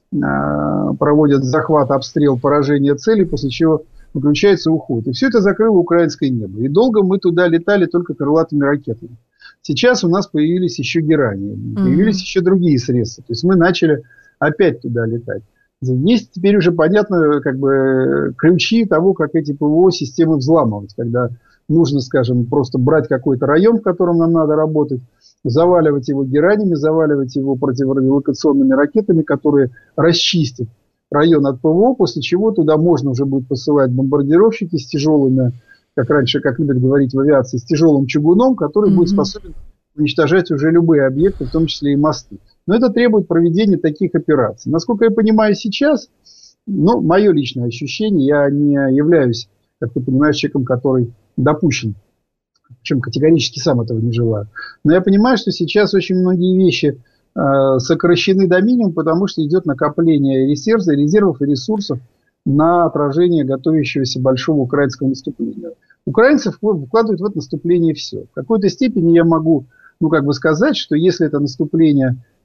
проводят захват, обстрел, поражение цели, после чего выключаются и уходят. И все это закрыло украинское небо. И долго мы туда летали только крылатыми ракетами. Сейчас у нас появились еще герани, появились еще другие средства. То есть мы начали опять туда летать. Есть теперь уже понятно как бы ключи того, как эти ПВО-системы взламывать. Когда нужно, скажем, просто брать какой-то район, в котором нам надо работать, заваливать его геранями, заваливать его противорадиолокационными ракетами, которые расчистят район от ПВО, после чего туда можно уже будет посылать бомбардировщики с тяжелыми, как раньше, как любят говорить в авиации, с тяжелым чугуном, который будет способен уничтожать уже любые объекты, в том числе и мосты. Но это требует проведения таких операций. Насколько я понимаю сейчас, ну, мое личное ощущение, я не являюсь, как ты понимаешь, человеком, который допущен, причем категорически сам этого не желаю. Но я понимаю, что сейчас очень многие вещи сокращены до минимума, потому что идет накопление резервов и ресурсов на отражение готовящегося большого украинского наступления. Украинцы вкладывают в это наступление все. В какой-то степени я могу, сказать, что если это наступление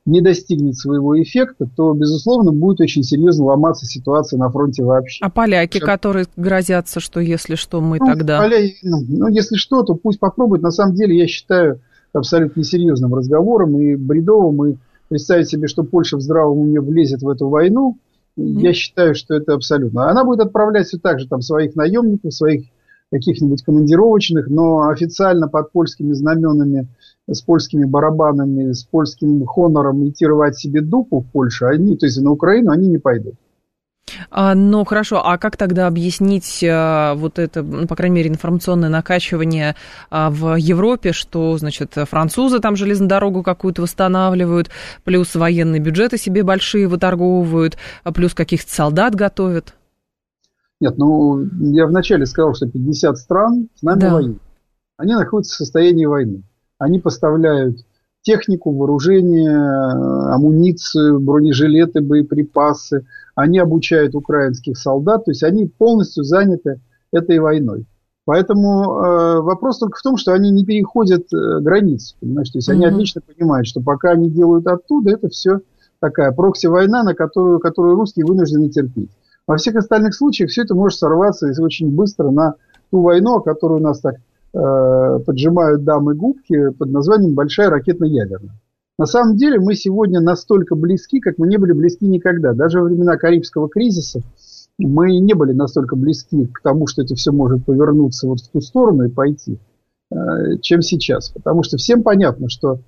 не достигнет своего эффекта, то, безусловно, будет очень серьезно ломаться ситуация на фронте вообще. А поляки, которые грозятся, что если что, мы тогда... если что, то пусть попробуют. На самом деле, я считаю абсолютно несерьезным разговором и бредовым, и представить себе, что Польша в здравом уме влезет в эту войну, я считаю, что это абсолютно. Она будет отправлять все так же там, своих наемников, своих каких-нибудь командировочных, но официально под польскими знаменами, с польскими барабанами, с польским хонором идти рвать себе дупу в Польше, то есть на Украину, они не пойдут. Ну, хорошо, а как тогда объяснить вот это, по крайней мере, информационное накачивание в Европе, что, значит, французы там железную дорогу какую-то восстанавливают, плюс военные бюджеты себе большие выторговывают, плюс каких-то солдат готовят? Нет, я вначале сказал, что 50 стран с нами воюют. Они находятся в состоянии войны. Они поставляют технику, вооружение, амуницию, бронежилеты, боеприпасы. Они обучают украинских солдат. То есть они полностью заняты этой войной. Поэтому вопрос только в том, что они не переходят границу. Понимаешь? То есть они отлично понимают, что пока они делают оттуда, это все такая прокси-война, на которую русские вынуждены терпеть. Во всех остальных случаях все это может сорваться очень быстро на ту войну, о которой у нас так поджимают дамы губки под названием «Большая ракетно-ядерная». На самом деле мы сегодня настолько близки, как мы не были близки никогда. Даже во времена Карибского кризиса мы не были настолько близки к тому, что это все может повернуться вот в ту сторону и пойти, чем сейчас. Потому что всем понятно, что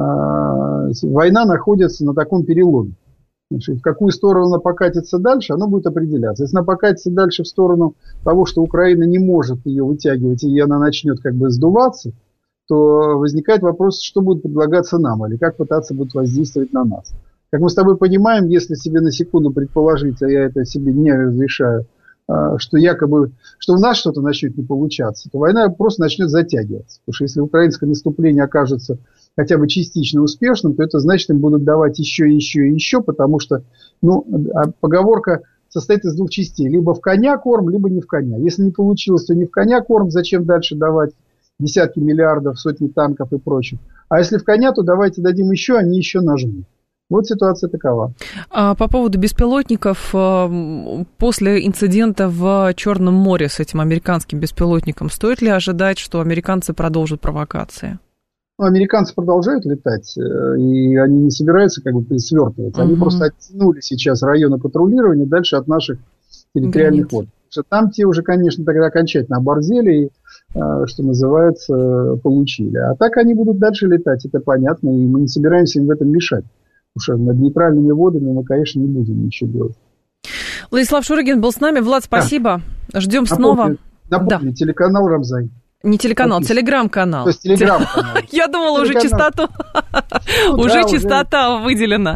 война находится на таком переломе. Значит, в какую сторону она покатится дальше, оно будет определяться. Если она покатится дальше в сторону того, что Украина не может ее вытягивать, и она начнет как бы сдуваться, то возникает вопрос, что будет предлагаться нам, или как пытаться будет воздействовать на нас. Как мы с тобой понимаем, если себе на секунду предположить, а я это себе не разрешаю, что якобы, что у нас что-то начнет не получаться, то война просто начнет затягиваться. Потому что если украинское наступление окажется хотя бы частично успешным, то это значит, им будут давать еще и еще и еще, потому что поговорка состоит из двух частей. Либо в коня корм, либо не в коня. Если не получилось, то не в коня корм, зачем дальше давать десятки миллиардов, сотни танков и прочее. А если в коня, то давайте дадим еще, они еще нажмут. Вот ситуация такова. По поводу беспилотников, после инцидента в Черном море с этим американским беспилотником, стоит ли ожидать, что американцы продолжат провокации? Американцы продолжают летать, и они не собираются как бы свертываться. Они просто оттянули сейчас районы патрулирования дальше от наших территориальных вод. Потому что там те уже, конечно, тогда окончательно оборзели и, что называется, получили. А так они будут дальше летать, это понятно, и мы не собираемся им в этом мешать. Потому что над нейтральными водами мы, конечно, не будем ничего делать. Владислав Шурыгин был с нами. Влад, спасибо. Да. Ждем снова. Напомню, телеканал «Рамзай». Не телеканал, телеграм-канал. То есть телеграм-канал. Я думала, уже частоту. Уже частота выделена.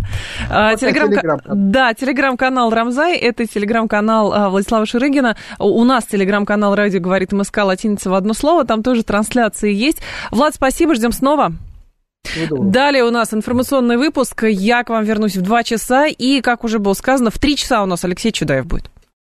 Да, телеграм-канал «Рамзай». Это телеграм-канал Владислава Шурыгина. У нас телеграм-канал «Радио говорит МСК», латиница в одно слово. Там тоже трансляции есть. Влад, спасибо, ждем снова. Далее у нас информационный выпуск. Я к вам вернусь в 2 часа. И, как уже было сказано, в 3 часа у нас Алексей Чудаев будет.